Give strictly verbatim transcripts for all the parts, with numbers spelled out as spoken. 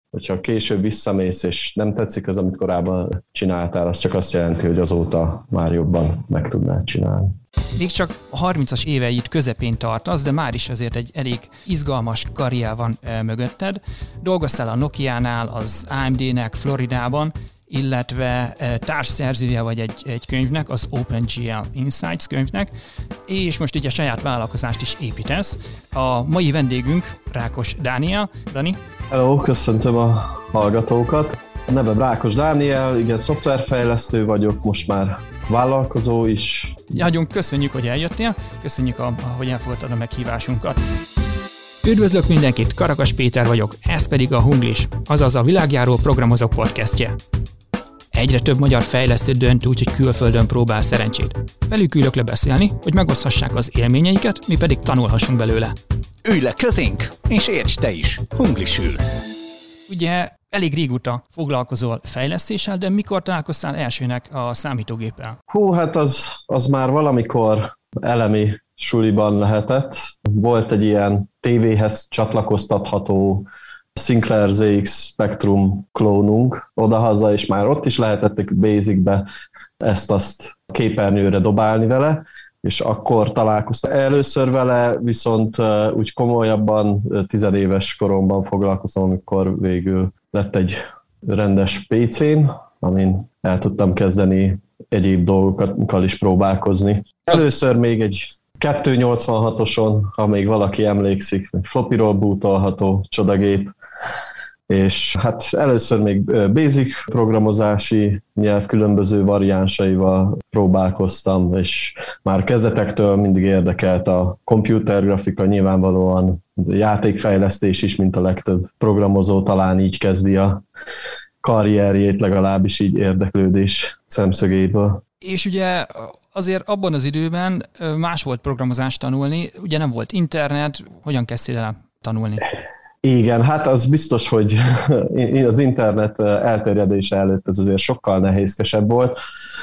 hogyha később visszamész, és nem tetszik az, amit korábban csináltál, az csak azt jelenti, hogy azóta már jobban meg tudnád csinálni. Még csak a harmincas éveid közepén tartasz, de már is azért egy elég izgalmas karrier van e, mögötted. Dolgoztál a Nokiánál, az á em dé-nek Floridában, illetve e, társszerzője vagy egy, egy könyvnek, az OpenGL Insights könyvnek, és most így a saját vállalkozást is építesz. A mai vendégünk Rákos Dániel. Dani? Hello, köszöntöm a hallgatókat. A nevem Rákos Dániel, igen, szoftverfejlesztő vagyok, most már vállalkozó is. Nagyon köszönjük, hogy eljöttél, köszönjük, a, hogy elfogadtad a meghívásunkat. Üdvözlök mindenkit, Karakas Péter vagyok, ez pedig a Hunglis, azaz a világjáró programozók podcastje. Egyre több magyar fejlesztő dönt úgy, hogy külföldön próbál szerencsét. Velük ülök le beszélni, hogy megoszthassák az élményeiket, mi pedig tanulhassunk belőle. Ülj le közénk, és érts te is, Hunglisül! Ugye elég régóta foglalkozol fejlesztéssel, de mikor találkoztál elsőnek a számítógéppel? Hú, hát az, az már valamikor elemi suliban lehetett. Volt egy ilyen tévéhez csatlakoztatható Sinclair zé iksz Spectrum klónunk odahaza, és már ott is lehetett egy Basicbe ezt-azt képernyőre dobálni vele, és akkor találkoztam először vele, viszont úgy komolyabban tizenéves koromban foglalkoztam, amikor végül lett egy rendes pé cén, amin el tudtam kezdeni egyéb dolgokkal is próbálkozni. Először még egy kétszáznyolcvanhatoson, ha még valaki emlékszik, floppyról bootolható csodagép, és hát először még basic programozási nyelv különböző variánsaival próbálkoztam, és már kezdetektől mindig érdekelt a komputergrafika, nyilvánvalóan játékfejlesztés is, mint a legtöbb programozó talán így kezdi a karrierjét, legalábbis így érdeklődés szemszögéből. És ugye azért abban az időben más volt programozást tanulni, ugye nem volt internet, hogyan kezdtél el tanulni? Igen, hát az biztos, hogy az internet elterjedése előtt ez azért sokkal nehézkesebb volt.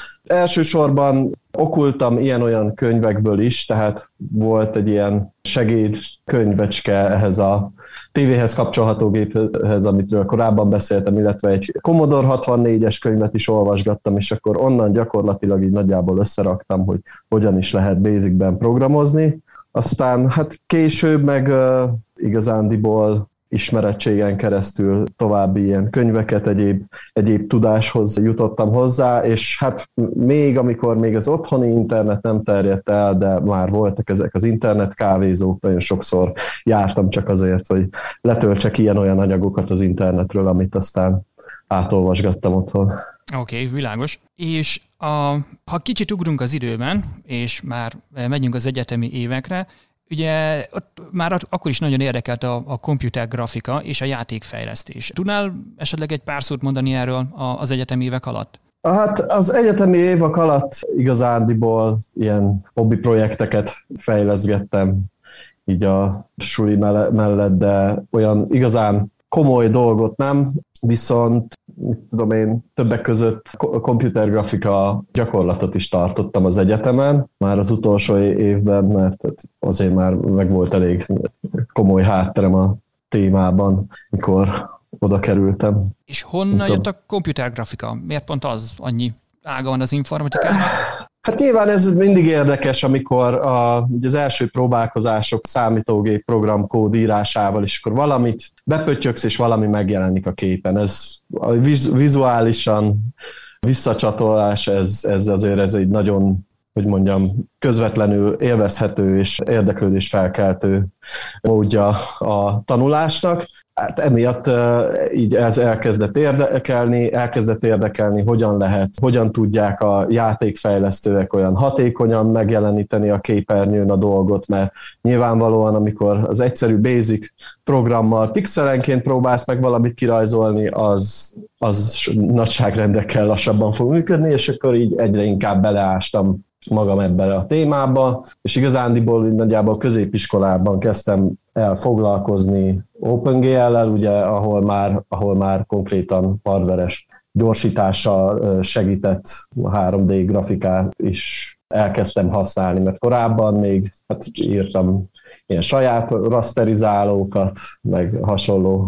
Elsősorban okultam ilyen-olyan könyvekből is, tehát volt egy ilyen segédkönyvecske ehhez a tévéhez kapcsolható géphez, amitről korábban beszéltem, illetve egy Commodore hatvannégyes könyvet is olvasgattam, és akkor onnan gyakorlatilag így nagyjából összeraktam, hogy hogyan is lehet Basicben programozni. Aztán hát később meg uh, igazándiból ismerettségen keresztül további ilyen könyveket, egyéb, egyéb tudáshoz jutottam hozzá, és hát még amikor még az otthoni internet nem terjedt el, de már voltak ezek az internet kávézók, nagyon sokszor jártam csak azért, hogy letöltsek ilyen-olyan anyagokat az internetről, amit aztán átolvasgattam otthon. Oké, okay, világos. És a, ha kicsit ugrunk az időben, és már megyünk az egyetemi évekre, ugye ott már akkor is nagyon érdekelt a, a komputergrafika és a játékfejlesztés. Tudnál esetleg egy pár szót mondani erről az egyetemi évek alatt? Hát az egyetemi évek alatt igazándiból ilyen hobbi projekteket fejleszgettem így a suli mellett, de olyan igazán komoly dolgot nem, viszont mit tudom én, többek között komputergrafika gyakorlatot is tartottam az egyetemen, már az utolsó évben, mert azért már meg volt elég komoly hátterem a témában, mikor oda kerültem. És honnan jött a komputergrafika? Miért pont az annyi ága van az informatikának? Hát nyilván ez mindig érdekes, amikor a, ugye az első próbálkozások számítógép programkód írásával, és akkor valamit bepöttyöksz, és valami megjelenik a képen. Ez a vizuálisan visszacsatolás, ez, ez azért ez egy nagyon, hogy mondjam, közvetlenül élvezhető és érdeklődés felkeltő módja a tanulásnak. Hát emiatt így ez elkezdett érdekelni, elkezdett érdekelni, hogyan lehet, hogyan tudják a játékfejlesztőek olyan hatékonyan megjeleníteni a képernyőn a dolgot, mert nyilvánvalóan, amikor az egyszerű basic programmal pixelenként próbálsz meg valamit kirajzolni, az, az nagyságrendekkel lassabban fog működni, és akkor így egyre inkább beleástam magam ebben a témába, és igazándiból nagyjából középiskolában kezdtem el foglalkozni OpenGL-lel, ugye, ahol már, ahol már konkrétan hardveres gyorsítással segített a három dé grafikát is elkezdtem használni, mert korábban még hát írtam ilyen saját rasterizálókat, meg hasonló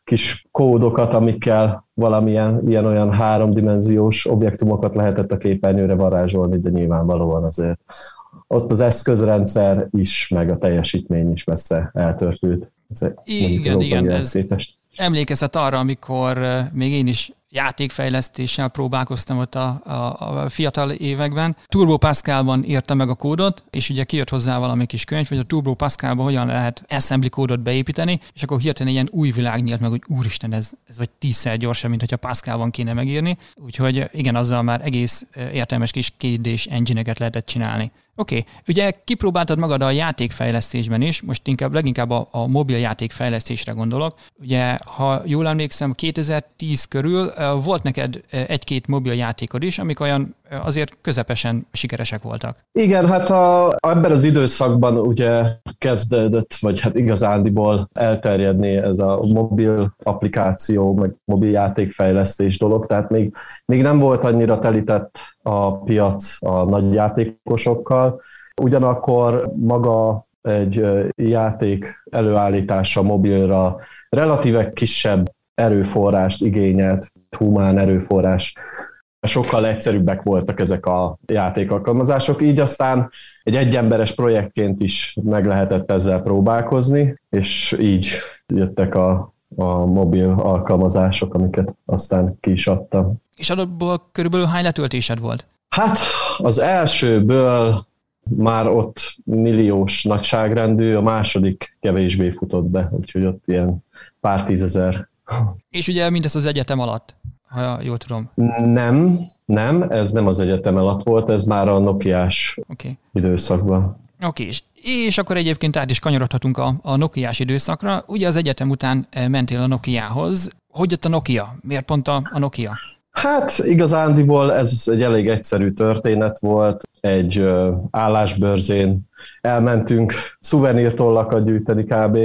kis kódokat, amikkel valamilyen ilyen-olyan háromdimenziós objektumokat lehetett a képernyőre varázsolni, de nyilvánvalóan azért ott az eszközrendszer is, meg a teljesítmény is messze eltörpült. Igen, igen, ez emlékezett arra, amikor még én is játékfejlesztéssel próbálkoztam ott a, a, a fiatal években. Turbo Pascalban írtam meg a kódot, és ugye kijött hozzá valami kis könyv, hogy a Turbo Pascalban hogyan lehet assembly kódot beépíteni, és akkor hirtelen ilyen új világ nyílt meg, hogy úristen, ez, ez vagy tízszer gyorsabb, mint hogyha Pascalban kéne megírni. Úgyhogy igen, azzal már egész értelmes kis kétdés engine-eket lehetett csinálni. Oké, okay. Ugye kipróbáltad magad a játékfejlesztésben is, most inkább leginkább a, a mobil játékfejlesztésre gondolok. Ugye, ha jól emlékszem, kétezer-tíz körül volt neked egy-két mobil játékod is, amik olyan azért közepesen sikeresek voltak. Igen, hát a, ebben az időszakban ugye kezdődött, vagy hát igazándiból elterjedni ez a mobil applikáció, meg mobil játékfejlesztés dolog, tehát még, még nem volt annyira telített a piac a nagy játékosokkal. Ugyanakkor maga egy játék előállítása mobilra relatíve kisebb erőforrást igényelt, humán erőforrás. Sokkal egyszerűbbek voltak ezek a játékalkalmazások, így aztán egy egyemberes projektként is meg lehetett ezzel próbálkozni, és így jöttek a, a mobil alkalmazások, amiket aztán ki is adtam. És adatból körülbelül hány letöltésed volt? Hát az elsőből már ott milliós nagyságrendű, a második kevésbé futott be, úgyhogy ott ilyen pár tízezer. És ugye mindezt az egyetem alatt, ha jól tudom. Nem, nem, ez nem az egyetem alatt volt, ez már a Nokiás okay. időszakban. Oké, okay. és, és akkor egyébként át is kanyarodhatunk a, a Nokiás időszakra. Ugye az egyetem után mentél a Nokiához. Hogy jött a Nokia? Miért pont a, a Nokia? Hát igazándiból ez egy elég egyszerű történet volt. Egy ö, állásbörzén elmentünk szuvenírtollakat gyűjteni kb.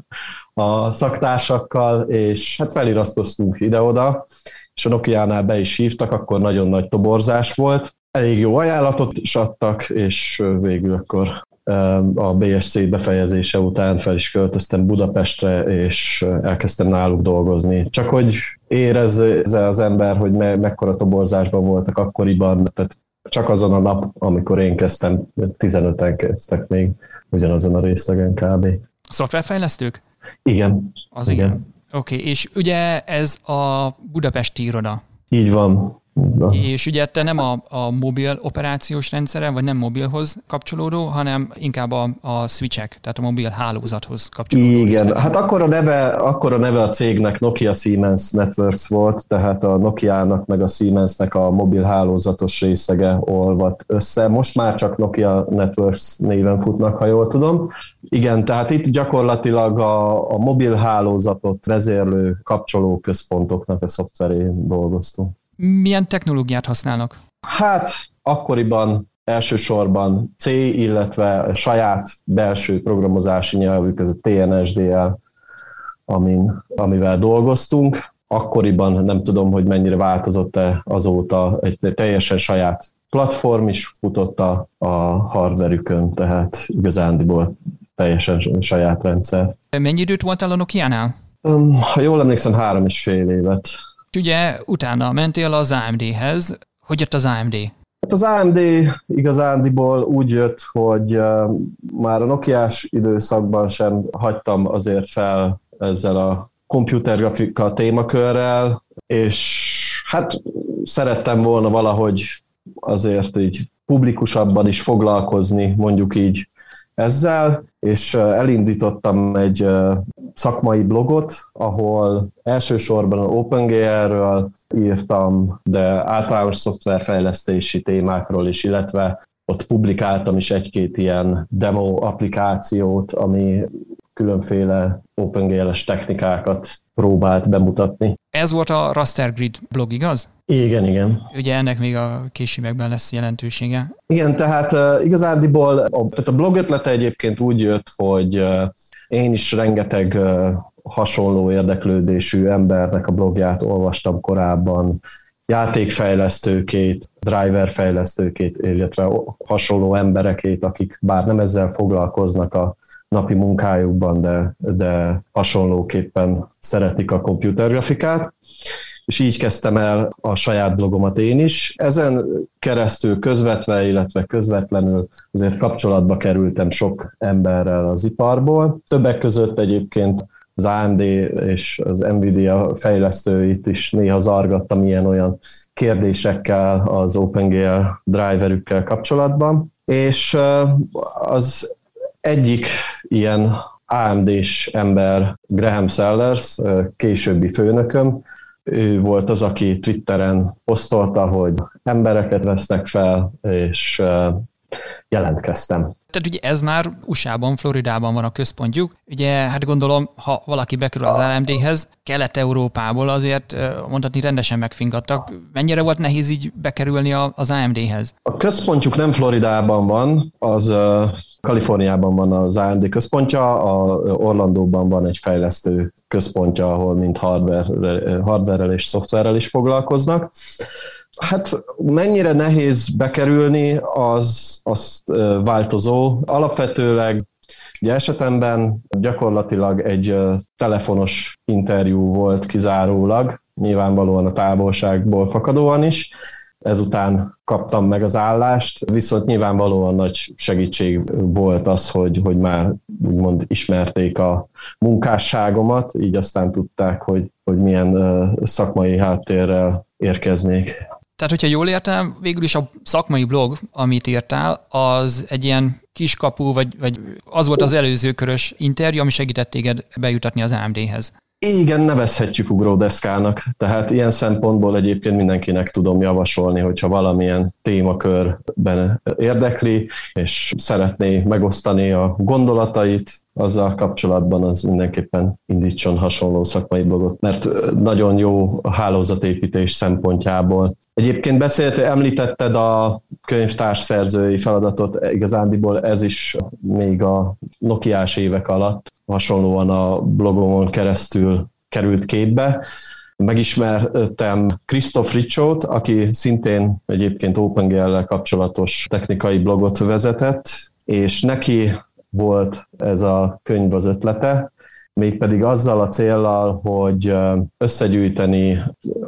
A szaktársakkal, és hát felirasztoztunk ide-oda, és a Nokiánál be is hívtak, akkor nagyon nagy toborzás volt. Elég jó ajánlatot is adtak, és végül akkor a bé es cé befejezése után fel is költöztem Budapestre, és elkezdtem náluk dolgozni. Csak hogy érezze az ember, hogy me- mekkora toborzásban voltak akkoriban, tehát csak azon a nap, amikor én kezdtem, tizenöten kezdtek még ugyanazon a részlegen kb. Szoftverfejlesztők? Igen. Az igen. igen. Oké, okay. És ugye ez a budapesti iroda. Így van. És ugye te nem a, a mobil operációs rendszere, vagy nem mobilhoz kapcsolódó, hanem inkább a, a switchek, tehát a mobil hálózathoz kapcsolódó. Igen, részleg. hát akkor a, neve, akkor a neve a cégnek Nokia Siemens Networks volt, tehát a Nokiának meg a Siemensnek a mobil hálózatos részege olvadt össze. Most már csak Nokia Networks néven futnak, ha jól tudom. Igen, tehát itt gyakorlatilag a, a mobil hálózatot vezérlő kapcsolóközpontoknak a szoftverén dolgoztunk. Milyen technológiát használnak? Hát akkoriban elsősorban C, illetve saját belső programozási nyelvük, ez a té en es dé el, amin, amivel dolgoztunk. Akkoriban nem tudom, hogy mennyire változott-e azóta, egy teljesen saját platform is futott a, a hardverükön, tehát igazándiból teljesen saját rendszer. Mennyi időt voltál a Nokiánál? Um, ha jól emlékszem, három és fél évet. És ugye utána mentél az á em dé-hez. Hogy jött az á em dé? Hát az á em dé igazándiból úgy jött, hogy uh, már a Nokiás időszakban sem hagytam azért fel ezzel a komputergrafika témakörrel, és hát szerettem volna valahogy azért így publikusabban is foglalkozni, mondjuk így ezzel, és elindítottam egy szakmai blogot, ahol elsősorban a OpenGL-ről írtam, de általános szoftverfejlesztési témákról is, illetve ott publikáltam is egy-két ilyen demo applikációt, ami különféle OpenGL-es technikákat próbált bemutatni. Ez volt a Raster Grid blog, igaz? Igen, igen. Ugye ennek még a későbbekben lesz jelentősége. Igen, tehát uh, igazándiból a, tehát a blog ötlete egyébként úgy jött, hogy uh, én is rengeteg uh, hasonló érdeklődésű embernek a blogját olvastam korábban, játékfejlesztőkét, driverfejlesztőkét, illetve hasonló emberekét, akik bár nem ezzel foglalkoznak a napi munkájukban, de, de hasonlóképpen szeretik a komputergrafikát. És így kezdtem el a saját blogomat én is. Ezen keresztül közvetve, illetve közvetlenül azért kapcsolatba kerültem sok emberrel az iparból. Többek között egyébként az á em dé és az Nvidia fejlesztőit is néha zargattam ilyen-olyan kérdésekkel az OpenGL driverükkel kapcsolatban. És az egyik ilyen á em dés ember, Graham Sellers, későbbi főnököm, ő volt az, aki Twitteren posztolta, hogy embereket vesznek fel, és jelentkeztem. Tehát ugye ez már u es á-ban, Floridában van a központjuk. Ugye hát gondolom, ha valaki bekerül az á em dé-hez, Kelet-Európából azért mondhatni rendesen megfingattak. Mennyire volt nehéz így bekerülni az á em dé-hez? A központjuk nem Floridában van, az Kaliforniában van az á em dé központja, a Orlandóban van egy fejlesztő központja, ahol mind hardware, hardware-rel és szoftverrel is foglalkoznak. Hát mennyire nehéz bekerülni, az, az változó. Alapvetőleg ugye esetemben gyakorlatilag egy telefonos interjú volt kizárólag, nyilvánvalóan a távolságból fakadóan is. Ezután kaptam meg az állást, viszont nyilvánvalóan nagy segítség volt az, hogy, hogy már úgymond ismerték a munkásságomat, így aztán tudták, hogy, hogy milyen szakmai háttérrel érkeznék. Tehát, hogyha jól értem, végül is a szakmai blog, amit írtál, az egy ilyen kiskapu, vagy, vagy az volt az előző körös interjú, ami segített téged bejutatni az á em dé-hez. Igen, nevezhetjük ugródeszkának. Tehát ilyen szempontból egyébként mindenkinek tudom javasolni, hogyha valamilyen témakörben érdekli, és szeretné megosztani a gondolatait azzal kapcsolatban, az mindenképpen indítson hasonló szakmai blogot, mert nagyon jó a hálózatépítés szempontjából. Egyébként beszélt, említetted a könyvtárs szerzői feladatot, igazándiból ez is még a Nokiás évek alatt hasonlóan a blogomon keresztül került képbe. Megismertem Christoph Ricsót, aki szintén egyébként OpenGL-lel kapcsolatos technikai blogot vezetett, és neki volt ez a könyv az ötlete, mégpedig azzal a céllal, hogy összegyűjteni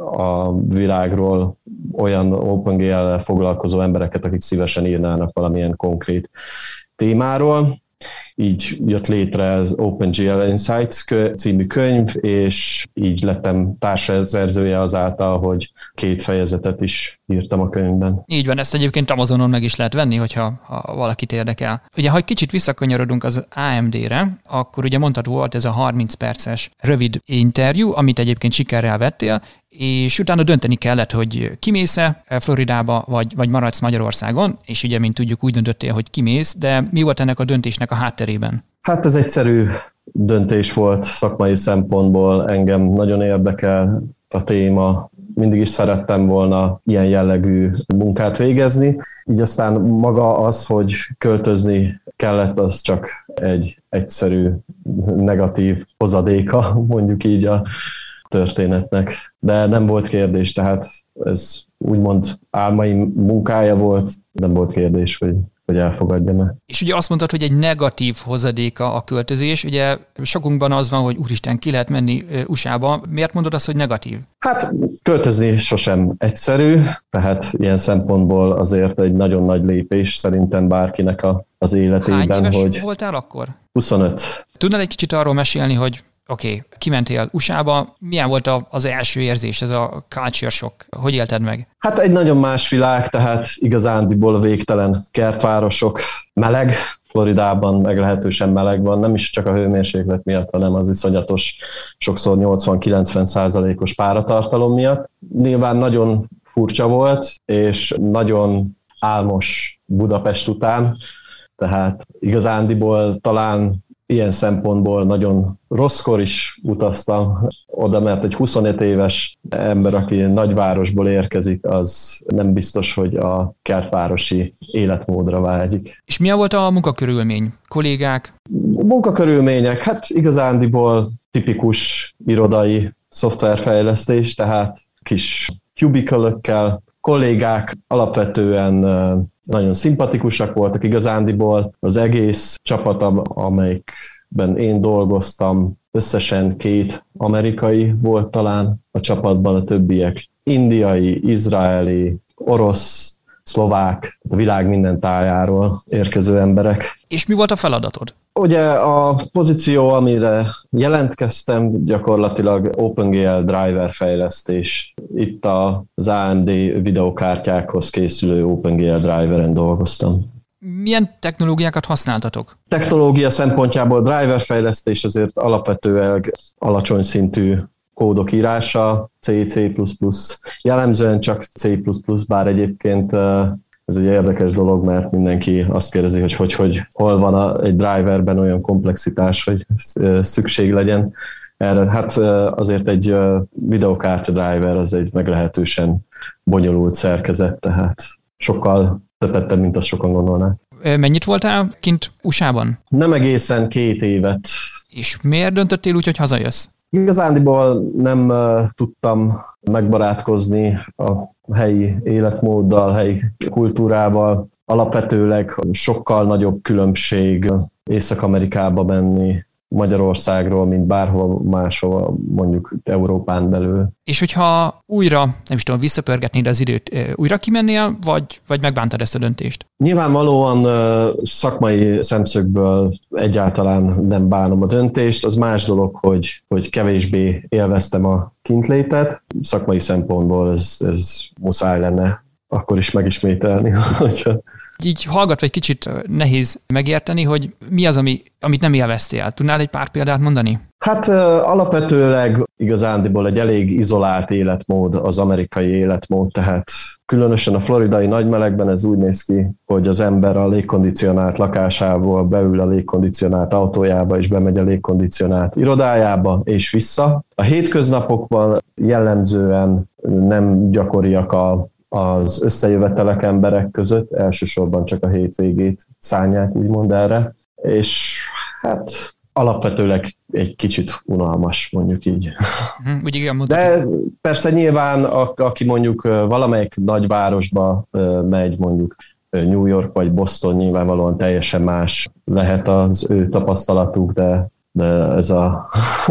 a világról olyan OpenGL-lel foglalkozó embereket, akik szívesen írnának valamilyen konkrét témáról. Így jött létre az OpenGL Insights című könyv, és így lettem társszerzője azáltal, hogy két fejezetet is írtam a könyvben. Így van, ezt egyébként Amazonon meg is lehet venni, hogyha ha valakit érdekel. Ugye, ha egy kicsit visszakanyarodunk az á em dé-re, akkor ugye mondtad, volt ez a harminc perces rövid interjú, amit egyébként sikerrel vettél, és utána dönteni kellett, hogy kimész-e Floridába, vagy, vagy maradsz Magyarországon, és ugye, mint tudjuk, úgy döntöttél, hogy kimész, de mi volt ennek a döntésnek a hátterében? Hát ez egyszerű döntés volt szakmai szempontból, engem nagyon érdekel a téma, mindig is szerettem volna ilyen jellegű munkát végezni, így aztán maga az, hogy költözni kellett, az csak egy egyszerű negatív hozadéka, mondjuk így a történetnek, de nem volt kérdés, tehát ez úgymond álmai munkája volt, nem volt kérdés, hogy, hogy elfogadjam-e. És ugye azt mondtad, hogy egy negatív hozadéka a költözés, ugye sokunkban az van, hogy úristen, ki lehet menni u es á-ba, miért mondod azt, hogy negatív? Hát költözni sosem egyszerű, tehát ilyen szempontból azért egy nagyon nagy lépés szerintem bárkinek a, az életében. Hány éves hogy voltál akkor? huszonöt. Tudnál egy kicsit arról mesélni, hogy oké, okay, kimentél u es á-ba, milyen volt az első érzés, ez a culture shock? Hogy élted meg? Hát egy nagyon más világ, tehát igazándiból végtelen kertvárosok, meleg, Floridában meglehetősen meleg van, nem is csak a hőmérséklet miatt, hanem az iszonyatos, sokszor nyolcvan-kilencven százalékos páratartalom miatt. Nyilván nagyon furcsa volt, és nagyon álmos Budapest után, tehát igazándiból talán ilyen szempontból nagyon rosszkor is utaztam oda, mert egy huszonöt éves ember, aki nagyvárosból érkezik, az nem biztos, hogy a kertvárosi életmódra vágyik. És milyen volt a munkakörülmény? Kollégák? Munkakörülmények, hát igazándiból tipikus irodai szoftverfejlesztés, tehát kis cubicle-ökkel, kollégák alapvetően nagyon szimpatikusak voltak igazándiból. Az egész csapat, amelyikben én dolgoztam, összesen két amerikai volt talán a csapatban, a többiek indiai, izraeli, orosz, szlovák, a világ minden tájáról érkező emberek. És mi volt a feladatod? Ugye a pozíció, amire jelentkeztem, gyakorlatilag OpenGL driver fejlesztés. Itt az á em dé videokártyákhoz készülő OpenGL driveren dolgoztam. Milyen technológiákat használtatok? Technológia szempontjából driver fejlesztés azért alapvetően alacsony szintű kódok írása, C, C plusz plusz, jellemzően csak C plusz plusz, bár egyébként ez egy érdekes dolog, mert mindenki azt kérdezi, hogy, hogy, hogy hol van a, egy driverben olyan komplexitás, hogy szükség legyen erre. Hát azért egy videokártya driver az egy meglehetősen bonyolult szerkezet, tehát sokkal összetettebb, mint azt sokan gondolnák. Mennyit voltál kint u es á-ban? Nem egészen két évet. És miért döntöttél úgy, hogy hazajössz? Igazándiból nem uh, tudtam megbarátkozni a helyi életmóddal, helyi kultúrával. Alapvetőleg sokkal nagyobb különbség Észak-Amerikába menni Magyarországról, mint bárhol máshol, mondjuk Európán belül. És hogyha újra, nem is tudom, visszapörgetnéd az időt, újra kimennél, vagy, vagy megbántad ezt a döntést? Nyilvánvalóan szakmai szemszögből egyáltalán nem bánom a döntést. Az más dolog, hogy, hogy kevésbé élveztem a kintlétet. Szakmai szempontból ez, ez muszáj lenne akkor is megismételni, hogyha így hallgatva egy kicsit nehéz megérteni, hogy mi az, ami, amit nem élveztél. Tudnál egy pár példát mondani? Hát alapvetőleg igazándiból egy elég izolált életmód az amerikai életmód, tehát különösen a floridai nagymelegben ez úgy néz ki, hogy az ember a légkondicionált lakásából beül a légkondicionált autójába, és bemegy a légkondicionált irodájába, és vissza. A hétköznapokban jellemzően nem gyakoriak a az összejövetelek emberek között, elsősorban csak a hétvégét szánják úgymond erre, és hát alapvetőleg egy kicsit unalmas, mondjuk így. Úgy igen, de persze nyilván, aki mondjuk valamelyik nagyvárosba megy, mondjuk New York vagy Boston, nyilvánvalóan teljesen más lehet az ő tapasztalatuk, de, de ez a...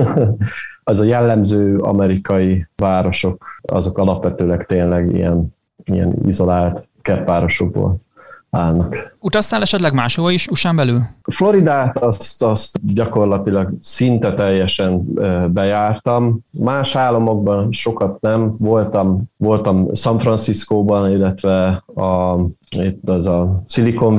az a jellemző amerikai városok, azok alapvetőleg tényleg ilyen ilyen izolált kertvárosokból állnak. Utaztál esetleg máshol is u es á-n belül? Floridát azt, azt gyakorlatilag szinte teljesen bejártam. Más államokban sokat nem. Voltam, voltam San Franciscóban, illetve a, itt az a Silicon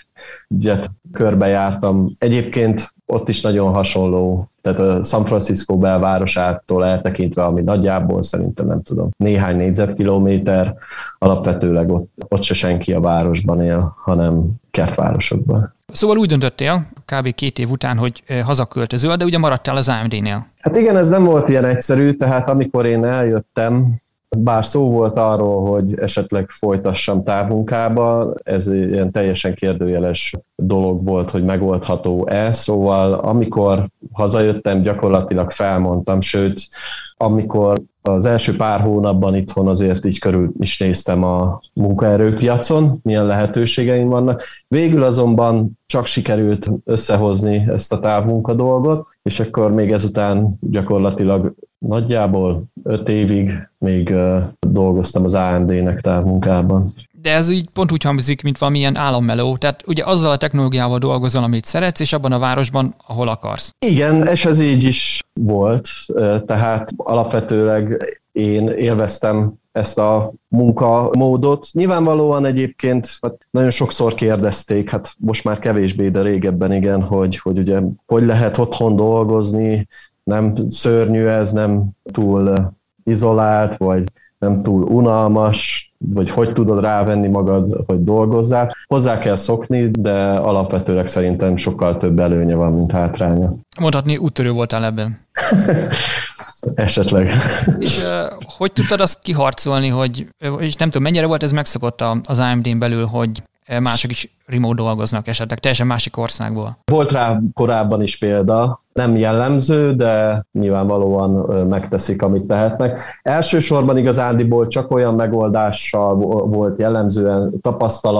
völgyet körbejártam. Egyébként ott is nagyon hasonló, tehát a San Francisco belvárosától eltekintve, ami nagyjából szerintem nem tudom, néhány négyzetkilométer, alapvetőleg ott, ott se senki a városban él, hanem kertvárosokban. Szóval úgy döntöttél, kb. két év után, hogy hazaköltözöl, de ugye maradtál az á em dé-nél. Hát igen, ez nem volt ilyen egyszerű, tehát amikor én eljöttem, bár szó volt arról, hogy esetleg folytassam távmunkába, ez ilyen teljesen kérdőjeles dolog volt, hogy megoldható-e, szóval amikor hazajöttem, gyakorlatilag felmondtam, sőt, amikor az első pár hónapban itthon azért így körül is néztem a munkaerőpiacon, milyen lehetőségeim vannak. Végül azonban csak sikerült összehozni ezt a távmunka dolgot, és akkor még ezután gyakorlatilag nagyjából öt évig még dolgoztam az á em dé-nek távmunkában. De ez így pont úgy hangzik, mint valamilyen álommeló, tehát ugye azzal a technológiával dolgozol, amit szeretsz, és abban a városban, ahol akarsz. Igen, és ez így is volt, tehát alapvetőleg én élveztem ezt a munkamódot. Nyilvánvalóan egyébként hát nagyon sokszor kérdezték, hát most már kevésbé, de régebben igen, hogy, hogy ugye hogy lehet otthon dolgozni, nem szörnyű ez, nem túl izolált, vagy nem túl unalmas, vagy hogy tudod rávenni magad, hogy dolgozzál. Hozzá kell szokni, de alapvetőleg szerintem sokkal több előnye van, mint hátránya. Mondhatni, úttörő voltál ebben. Esetleg. És uh, hogy tudtad azt kiharcolni, hogy, és nem tudom, mennyire volt ez megszokott az á em dén belül, hogy mások is remote dolgoznak esetleg, teljesen másik országból? Volt rá korábban is példa, nem jellemző, de nyilvánvalóan megteszik, amit tehetnek. Elsősorban igazándiból csak olyan megoldással volt jellemzően tapasztalatuk,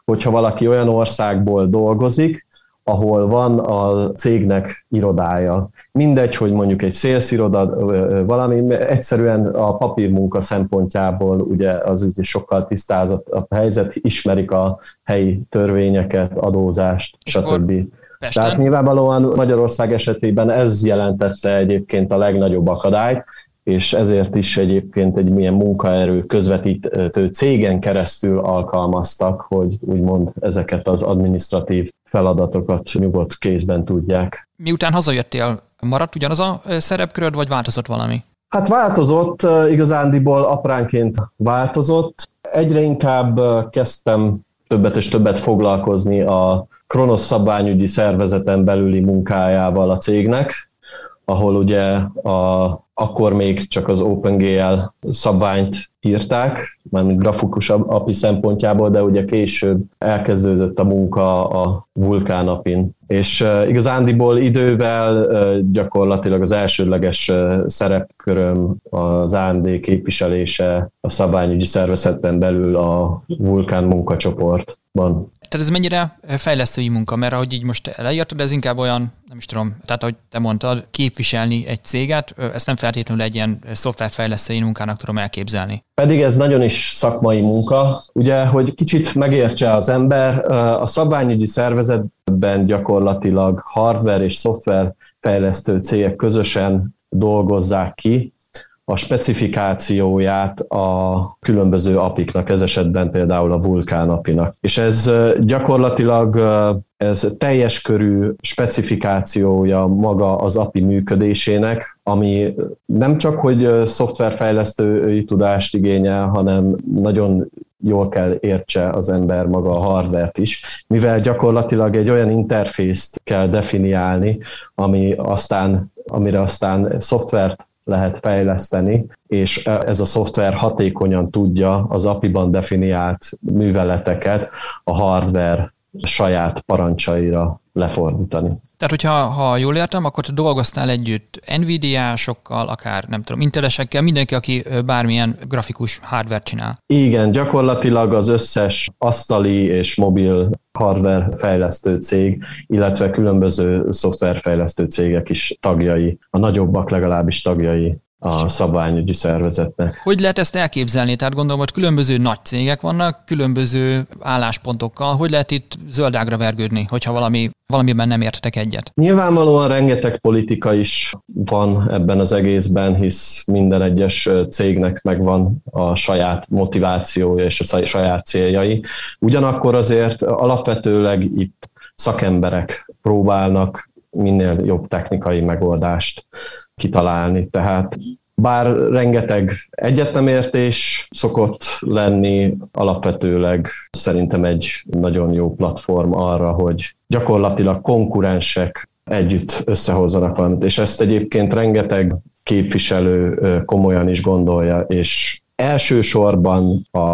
hogyha valaki olyan országból dolgozik, ahol van a cégnek irodája. Mindegy, hogy mondjuk egy sales iroda, valami, egyszerűen a papírmunka szempontjából ugye az ugye sokkal tisztázott a helyzet, ismerik a helyi törvényeket, adózást, stb. Tehát nyilvánvalóan Magyarország esetében ez jelentette egyébként a legnagyobb akadályt, és ezért is egyébként egy milyen munkaerő közvetítő cégen keresztül alkalmaztak, hogy úgymond ezeket az adminisztratív feladatokat nyugodt kézben tudják. Miután hazajöttél, maradt ugyanaz a szerepköröd, vagy változott valami? Hát változott, igazándiból apránként változott. Egyre inkább kezdtem többet és többet foglalkozni a Kronosz szabványügyi szervezeten belüli munkájával a cégnek, ahol ugye a, akkor még csak az OpenGL szabványt írták, mármint grafikus á pé i szempontjából, de ugye később elkezdődött a munka a Vulkan á pé in. És uh, igazándiból idővel uh, gyakorlatilag az elsődleges uh, szerepköröm az á em dé képviselése a szabványügyi szervezeten belül a Vulkan munkacsoportban. Tehát ez mennyire fejlesztői munka, mert ahogy így most leírtad, ez inkább olyan, nem is tudom, tehát ahogy te mondtad, képviselni egy céget, ezt nem feltétlenül egy ilyen szoftverfejlesztői munkának tudom elképzelni. Pedig ez nagyon is szakmai munka. Ugye, hogy kicsit megértse az ember, a szabványügyi szervezetben gyakorlatilag hardware és szoftver fejlesztő cégek közösen dolgozzák ki a specifikációját a különböző á pé i-knak, ez esetben például a Vulkan á pé i-nak. És ez gyakorlatilag ez teljes körű specifikációja maga az á pé i működésének, ami nem csak, hogy szoftverfejlesztői tudást igényel, hanem nagyon jól kell értse az ember maga a hardvert is, mivel gyakorlatilag egy olyan interfészt kell definiálni, ami aztán, amire aztán szoftvert lehet fejleszteni, és ez a szoftver hatékonyan tudja az á pé i-ban definiált műveleteket a hardware saját parancsaira lefordítani. Tehát, hogyha ha jól értem, akkor te dolgoztál együtt Nvidia-sokkal, akár nem tudom, Intelesekkel, mindenki, aki bármilyen grafikus hardware csinál. Igen, gyakorlatilag az összes asztali és mobil hardware fejlesztő cég, illetve különböző szoftverfejlesztő cégek is tagjai, a nagyobbak legalábbis tagjai a szabványügyi szervezetnek. Hogy lehet ezt elképzelni? Tehát gondolom, hogy különböző nagy cégek vannak, különböző álláspontokkal. Hogy lehet itt zöldágra vergődni, hogyha valami, valamiben nem értetek egyet? Nyilvánvalóan rengeteg politika is van ebben az egészben, hisz minden egyes cégnek megvan a saját motivációja és a saját céljai. Ugyanakkor azért alapvetőleg itt szakemberek próbálnak minél jobb technikai megoldást kitalálni. Tehát bár rengeteg egyetnemértés szokott lenni, alapvetőleg szerintem egy nagyon jó platform arra, hogy gyakorlatilag konkurensek együtt összehozzanak valamit, és ezt egyébként rengeteg képviselő komolyan is gondolja, és elsősorban a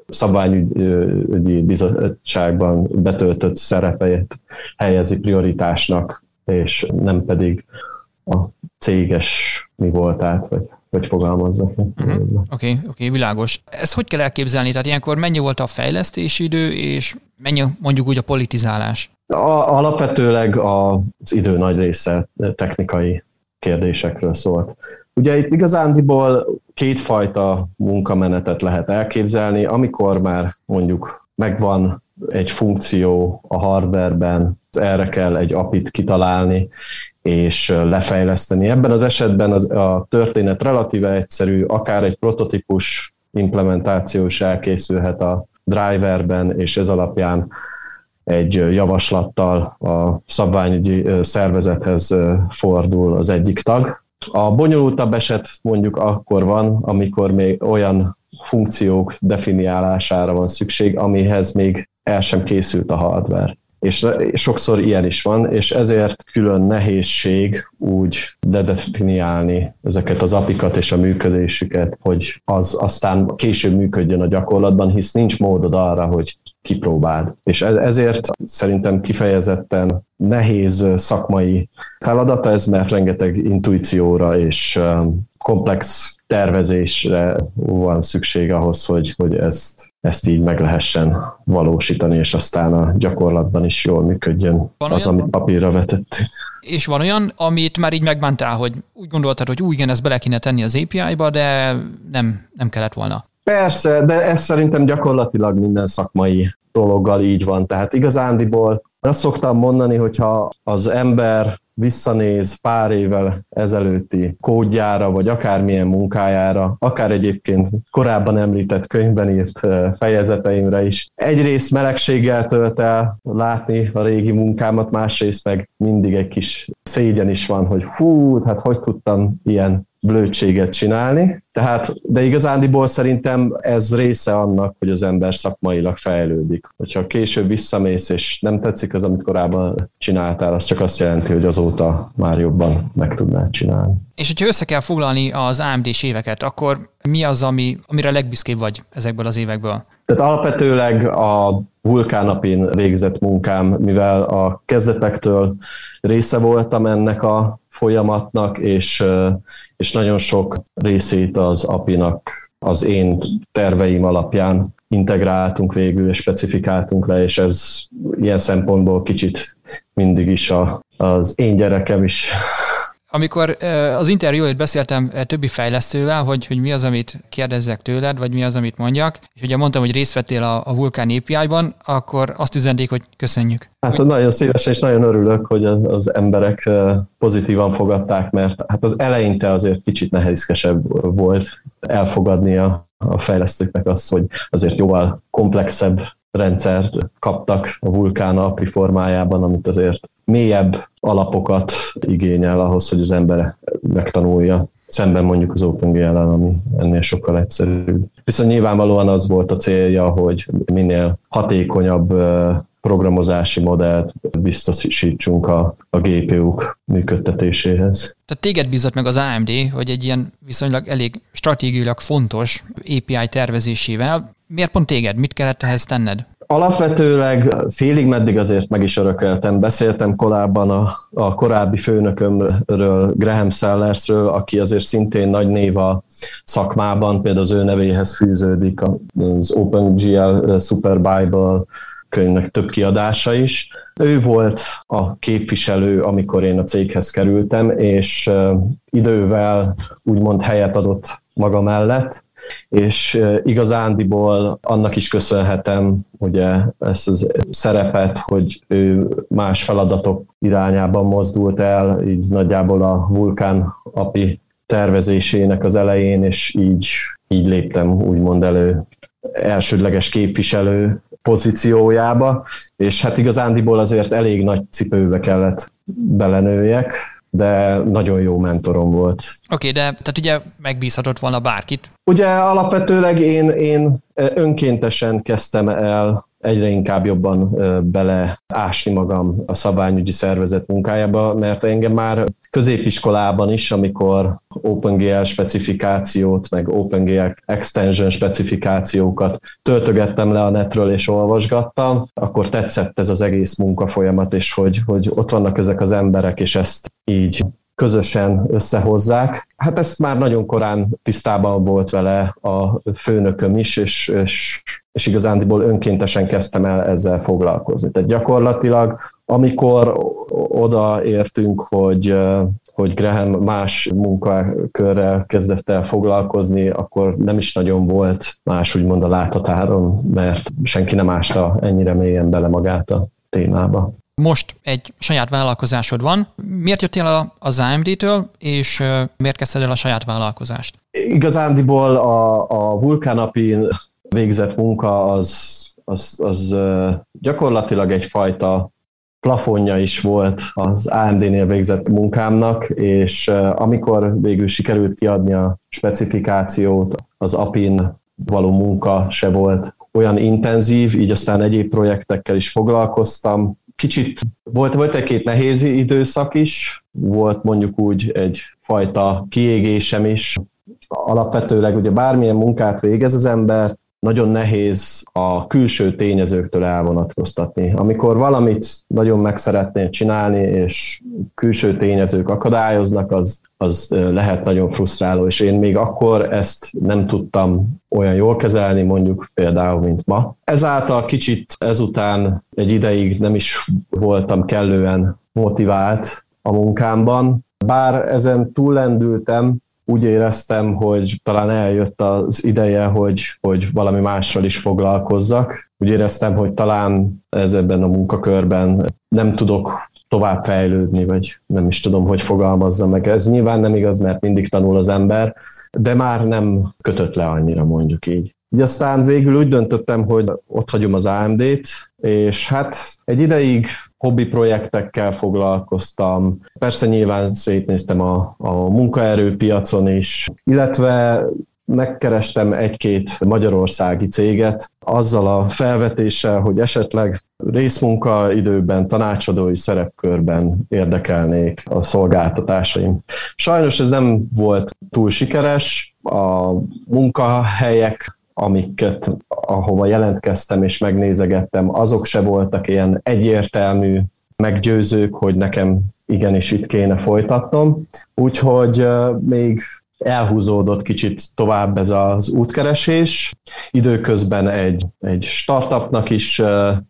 szabványügyi bizottságban betöltött szerepeit helyezi prioritásnak, és nem pedig a céges mi voltát, vagy hogy fogalmazzak. Oké, uh-huh. oké, okay, okay, világos. Ezt hogy kell elképzelni? Tehát ilyenkor mennyi volt a fejlesztési idő, és mennyi mondjuk úgy a politizálás? A, alapvetőleg az idő nagy része technikai kérdésekről szólt. Ugye itt igazándiból kétfajta munkamenetet lehet elképzelni, amikor már mondjuk megvan egy funkció a hardwareben, erre kell egy á pé i-t kitalálni és lefejleszteni. Ebben az esetben az, a történet relatíve egyszerű, akár egy prototípus implementáció is elkészülhet a driverben, és ez alapján egy javaslattal a szabványügyi szervezethez fordul az egyik tag. A bonyolultabb eset mondjuk akkor van, amikor még olyan funkciók definiálására van szükség, amihez még el sem készült a hardware. És sokszor ilyen is van, és ezért külön nehézség úgy dedefiniálni ezeket az á pé i-kat és a működésüket, hogy az aztán később működjön a gyakorlatban, hisz nincs módod arra, hogy kipróbáld. És ezért szerintem kifejezetten nehéz szakmai feladata ez, mert rengeteg intuícióra és komplex tervezésre van szükség ahhoz, hogy, hogy ezt, ezt így meg lehessen valósítani, és aztán a gyakorlatban is jól működjön van az, olyan, amit papírra vetettük. És van olyan, amit már így megbántál, hogy úgy gondoltad, hogy úgy igen, ezt bele kéne tenni az á pé í-ba, de nem, nem kellett volna. Persze, de ez szerintem gyakorlatilag minden szakmai dologgal így van. Tehát igazándiból azt szoktam mondani, hogyha az ember visszanéz pár évvel ezelőtti kódjára, vagy akármilyen munkájára, akár egyébként korábban említett könyvben írt fejezeteimre is. Egyrészt melegséggel tölt el látni a régi munkámat, másrészt meg mindig egy kis szégyen is van, hogy hú, hát hogy tudtam ilyen blödséget csinálni. Tehát, de igazándiból szerintem ez része annak, hogy az ember szakmailag fejlődik. Hogyha később visszamész, és nem tetszik az, amit korábban csináltál, az csak azt jelenti, hogy azóta már jobban meg tudnád csinálni. És hogyha össze kell foglalni az á em dés éveket, akkor mi az, ami, amire legbüszkébb vagy ezekből az évekből? Tehát alapvetőleg a vulkánapin végzett munkám, mivel a kezdetektől része voltam ennek a folyamatnak, és, és nagyon sok részét az apinak az én terveim alapján integráltunk végül, és specifikáltunk le, és ez ilyen szempontból kicsit mindig is a, az én gyerekem is. Amikor az interjúért beszéltem többi fejlesztővel, hogy, hogy mi az, amit kérdezzek tőled, vagy mi az, amit mondjak, és ugye mondtam, hogy részt vettél a, a Vulkán á pé í-ban, akkor azt üzenték, hogy köszönjük. Hát Úgy... nagyon szívesen, és nagyon örülök, hogy az emberek pozitívan fogadták, mert hát az eleinte azért kicsit nehézkesebb volt elfogadni a, a fejlesztőknek azt, hogy azért jóval komplexebb rendszert kaptak a Vulkán á pé i formájában, amit azért mélyebb alapokat igényel ahhoz, hogy az ember megtanulja, szemben mondjuk az OpenGL-el, ami ennél sokkal egyszerűbb. Viszont nyilvánvalóan az volt a célja, hogy minél hatékonyabb programozási modellt biztosítsunk a, a gé pé ú-k működtetéséhez. Tehát téged bízott meg az á em dé, hogy egy ilyen viszonylag elég stratégiailag fontos á pé í tervezésével. Miért pont téged? Mit kellett ehhez tenned? Alapvetőleg félig meddig azért meg is örököltem. Beszéltem korábban a, a korábbi főnökömről, Graham Sellersről, aki azért szintén nagy név a szakmában, például az ő nevéhez fűződik az OpenGL Super Bible könyvnek több kiadása is. Ő volt a képviselő, amikor én a céghez kerültem, és idővel úgymond helyet adott maga mellett, és igazándiból annak is köszönhetem ugye ezt a szerepet, hogy ő más feladatok irányában mozdult el, így nagyjából a Vulkán á pé i tervezésének az elején, és így, így léptem úgymond elő elsődleges képviselő pozíciójába, és hát igazándiból azért elég nagy cipőbe kellett belenőjek, de nagyon jó mentorom volt. Oké, okay, de tehát ugye megbízhatott volna bárkit? Ugye alapvetőleg én, én önkéntesen kezdtem el egyre inkább jobban beleásni magam a szabványügyi szervezet munkájába, mert engem már középiskolában is, amikor OpenGL specifikációt, meg OpenGL extension specifikációkat töltögettem le a netről és olvasgattam, akkor tetszett ez az egész munkafolyamat, és hogy, hogy ott vannak ezek az emberek, és ezt így közösen összehozzák. Hát ezt már nagyon korán tisztában volt vele a főnököm is, és, és, és igazándiból önkéntesen kezdtem el ezzel foglalkozni. Tehát gyakorlatilag, amikor odaértünk, hogy, hogy Graham más munkakörrel kezdett el foglalkozni, akkor nem is nagyon volt más úgymond a láthatáron, mert senki nem ásta ennyire mélyen bele magát a témába. Most egy saját vállalkozásod van. Miért jöttél az á em dé-től, és miért kezdted el a saját vállalkozást? Igazándiból a, a Vulkán á pé i végzett munka az, az, az gyakorlatilag egyfajta plafonja is volt az á em dé-nél végzett munkámnak, és amikor végül sikerült kiadni a specifikációt, az á pé i-n való munka se volt olyan intenzív, így aztán egyéb projektekkel is foglalkoztam. Kicsit volt, volt egy-két nehéz időszak is, volt mondjuk úgy egyfajta kiégésem is. Alapvetőleg ugye bármilyen munkát végez az ember, nagyon nehéz a külső tényezőktől elvonatkoztatni. Amikor valamit nagyon meg szeretnél csinálni, és külső tényezők akadályoznak, az, az lehet nagyon frusztráló, és én még akkor ezt nem tudtam olyan jól kezelni, mondjuk például, mint ma. Ezáltal kicsit ezután egy ideig nem is voltam kellően motivált a munkámban, bár ezen túllendültem, úgy éreztem, hogy talán eljött az ideje, hogy, hogy valami mással is foglalkozzak. Úgy éreztem, hogy talán ez ebben a munkakörben nem tudok tovább fejlődni, vagy nem is tudom, hogy fogalmazzam meg. Ez nyilván nem igaz, mert mindig tanul az ember, de már nem kötött le annyira, mondjuk így. Így aztán végül úgy döntöttem, hogy ott hagyom az á em dét, és hát egy ideig hobbi projektekkel foglalkoztam. Persze nyilván szétnéztem a, a munkaerőpiacon is, illetve megkerestem egy-két magyarországi céget azzal a felvetéssel, hogy esetleg részmunkaidőben, tanácsadói szerepkörben érdekelnék a szolgáltatásaim. Sajnos ez nem volt túl sikeres, a munkahelyek, amiket, ahova jelentkeztem és megnézegettem, azok se voltak ilyen egyértelmű meggyőzők, hogy nekem igenis itt kéne folytatnom. Úgyhogy még elhúzódott kicsit tovább ez az útkeresés. Időközben egy, egy startupnak is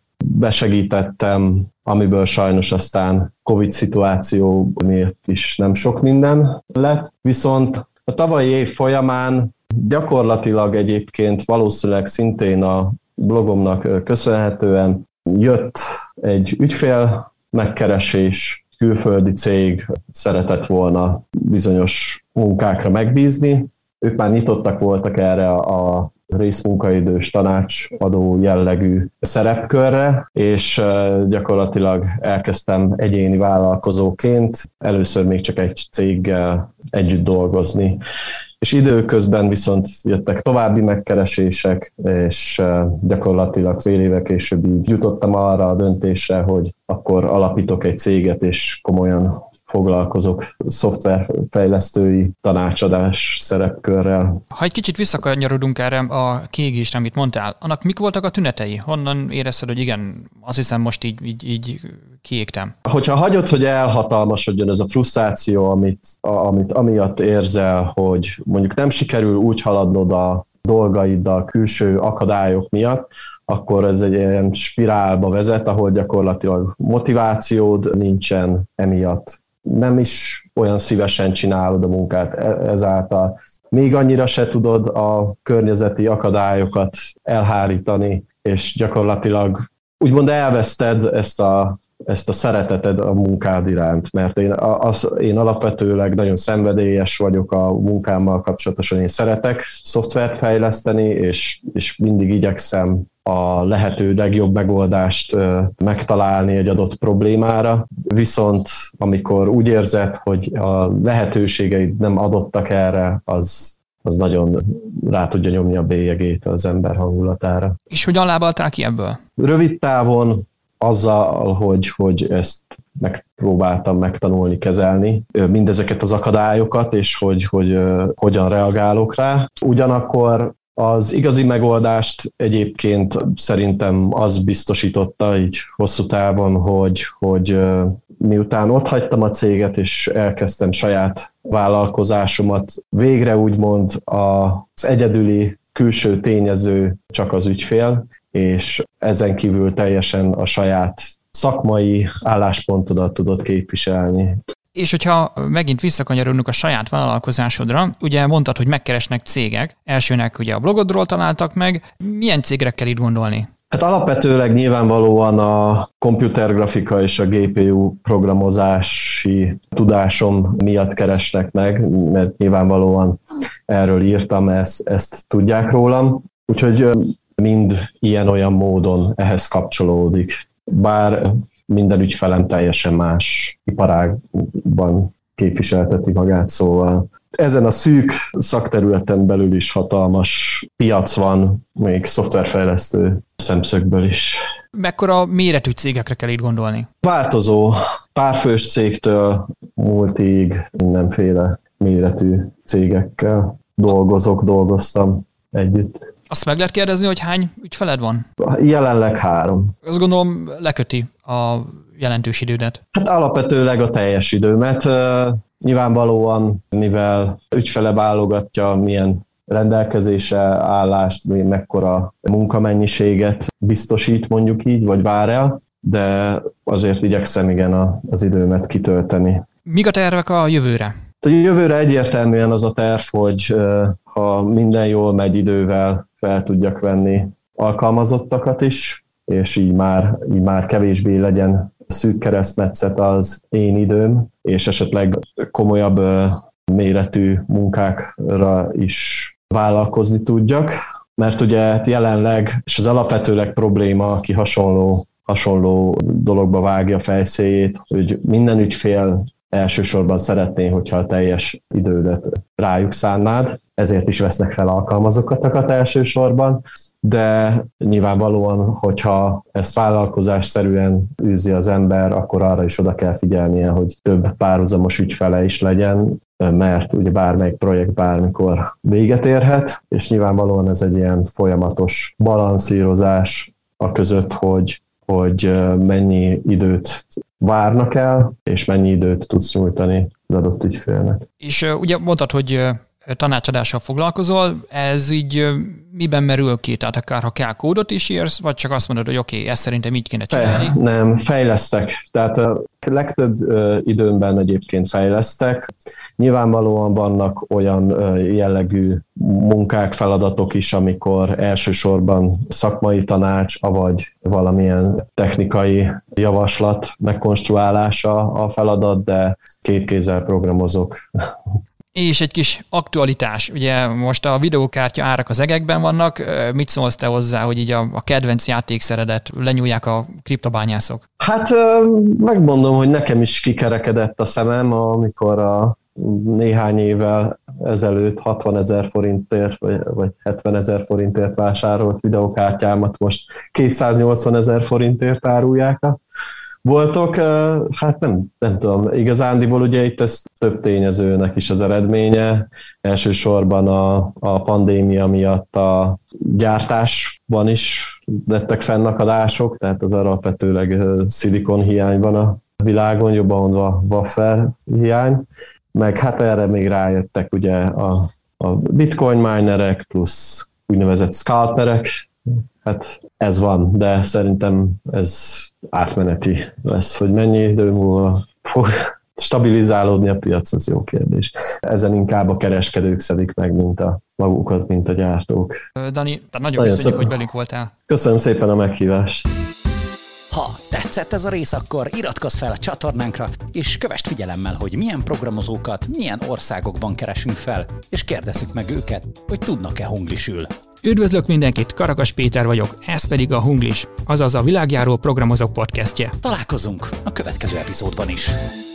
besegítettem, amiből sajnos aztán Covid szituáció miatt is nem sok minden lett. Viszont a tavalyi év folyamán gyakorlatilag egyébként valószínűleg szintén a blogomnak köszönhetően jött egy ügyfél megkeresés, külföldi cég szeretett volna bizonyos munkákra megbízni. Ők már nyitottak voltak erre a részmunkaidős tanácsadó jellegű szerepkörre, és gyakorlatilag elkezdtem egyéni vállalkozóként, először még csak egy céggel együtt dolgozni. És időközben viszont jöttek további megkeresések, és gyakorlatilag fél éve később így jutottam arra a döntésre, hogy akkor alapítok egy céget, és komolyan foglalkozok szoftverfejlesztői tanácsadás szerepkörrel. Ha egy kicsit visszakanyarodunk erre a kiégésre, amit mondtál, annak mik voltak a tünetei? Honnan érezted, hogy igen, azt hiszem most így, így, így kiégtem? Hogyha hagyod, hogy elhatalmasodjon ez a frusztráció, amit, amit amiatt érzel, hogy mondjuk nem sikerül úgy haladnod a dolgaiddal külső akadályok miatt, akkor ez egy ilyen spirálba vezet, ahol gyakorlatilag motivációd nincsen emiatt. Nem is olyan szívesen csinálod a munkát ezáltal. Még annyira se tudod a környezeti akadályokat elhárítani, és gyakorlatilag úgymond elveszted ezt a, ezt a szereteted a munkád iránt, mert én, az, én alapvetőleg nagyon szenvedélyes vagyok a munkámmal kapcsolatosan, én szeretek szoftvert fejleszteni, és, és mindig igyekszem a lehető legjobb megoldást megtalálni egy adott problémára, viszont amikor úgy érzed, hogy a lehetőségeid nem adottak erre, az, az nagyon rá tudja nyomni a bélyegét az ember hangulatára. És hogyan lábaltál ki ebből? Rövid távon azzal, hogy, hogy ezt megpróbáltam megtanulni, kezelni, mindezeket az akadályokat, és hogy, hogy hogyan reagálok rá. Ugyanakkor az igazi megoldást egyébként szerintem az biztosította így hosszú távon, hogy, hogy miután ott hagytam a céget és elkezdtem saját vállalkozásomat, végre úgymond az egyedüli külső tényező csak az ügyfél, és ezen kívül teljesen a saját szakmai álláspontodat tudod képviselni. És hogyha megint visszakanyarodunk a saját vállalkozásodra, ugye mondtad, hogy megkeresnek cégek, elsőnek ugye a blogodról találtak meg, milyen cégre kell itt gondolni? Hát alapvetőleg nyilvánvalóan a komputergrafika és a gé pé u programozási tudásom miatt keresnek meg, mert nyilvánvalóan erről írtam, ezt, ezt tudják rólam. Úgyhogy mind ilyen-olyan módon ehhez kapcsolódik. Bár minden ügyfelem teljesen más iparágban képviselteti magát, szóval ezen a szűk szakterületen belül is hatalmas piac van, még szoftverfejlesztő szemszögből is. Mekkora méretű cégekre kell itt gondolni? Változó, párfős cégtől multig mindenféle méretű cégekkel dolgozok, dolgoztam együtt. Azt meg lehet kérdezni, hogy hány ügyfeled van? Jelenleg három. Azt gondolom leköti a jelentős idődet. Hát alapvetőleg a teljes időmet. Nyilvánvalóan, mivel ügyfele válogatja, milyen rendelkezésre állást, mekkora munkamennyiséget biztosít mondjuk így, vagy vár el, de azért igyekszem igen az időmet kitölteni. Mik a tervek a jövőre? A jövőre egyértelműen az a terv, hogy ha minden jól megy, idővel fel tudjak venni alkalmazottakat is, és így már, így már kevésbé legyen szűk keresztmetszet az én időm, és esetleg komolyabb méretű munkákra is vállalkozni tudjak, mert ugye jelenleg, és az alapvetőleg probléma, aki hasonló, hasonló dologba vágja a fejszéjét, hogy minden ügyfél elsősorban szeretné, hogyha a teljes idődet rájuk szánnád, ezért is vesznek fel alkalmazottakat elsősorban, de nyilvánvalóan, hogyha ezt vállalkozásszerűen űzi az ember, akkor arra is oda kell figyelnie, hogy több párhuzamos ügyfele is legyen, mert ugye bármelyik projekt bármikor véget érhet, és nyilvánvalóan ez egy ilyen folyamatos balanszírozás a között, hogy, hogy mennyi időt várnak el, és mennyi időt tudsz nyújtani az adott ügyfélnek. És uh, ugye mondtad, hogy uh, tanácsadással foglalkozol, ez így uh, miben merül ki? Tehát akár ha kell kódot is írsz, vagy csak azt mondod, hogy oké, okay, ezt szerintem így kéne csinálni? Fe, nem, fejlesztek. Tehát a legtöbb uh, időmben egyébként fejlesztek. Nyilvánvalóan vannak olyan uh, jellegű munkák, feladatok is, amikor elsősorban szakmai tanács, avagy valamilyen technikai javaslat megkonstruálása a feladat, de két kézzel programozok. És egy kis aktualitás. Ugye most a videókártya árak az egekben vannak. Mit szólsz te hozzá, hogy így a, a kedvenc játékszeredet lenyúlják a kriptobányászok? Hát megmondom, hogy nekem is kikerekedett a szemem, amikor a néhány évvel ezelőtt hatvanezer forintért vagy, vagy hetvenezer forintért vásárolt videókártyámat most kétszáznyolcvanezer forintért árulják a boltok. Hát nem, nem tudom, igazándiból ugye itt ez több tényezőnek is az eredménye. Elsősorban a, a pandémia miatt a gyártásban is lettek fennakadások, tehát az alapvetőleg szilikon hiány van a világon, jobban mondva wafer hiány. Meg hát erre még rájöttek ugye a, a bitcoin minerek plusz úgynevezett scalperek. Hát ez van, de szerintem ez átmeneti lesz, hogy mennyi idő múlva fog stabilizálódni a piac, az jó kérdés. Ezen inkább a kereskedők szedik meg, mint a magukat, mint a gyártók. Dani, nagyon, nagyon köszönjük, hogy velünk voltál. Köszönöm szépen a meghívást. Ha tetszett ez a rész, akkor iratkozz fel a csatornánkra, és kövess figyelemmel, hogy milyen programozókat, milyen országokban keresünk fel, és kérdezzük meg őket, hogy tudnak-e hunglisül. Üdvözlök mindenkit, Karakas Péter vagyok, ez pedig a Hunglis, azaz a világjáró programozók podcastje. Találkozunk a következő epizódban is.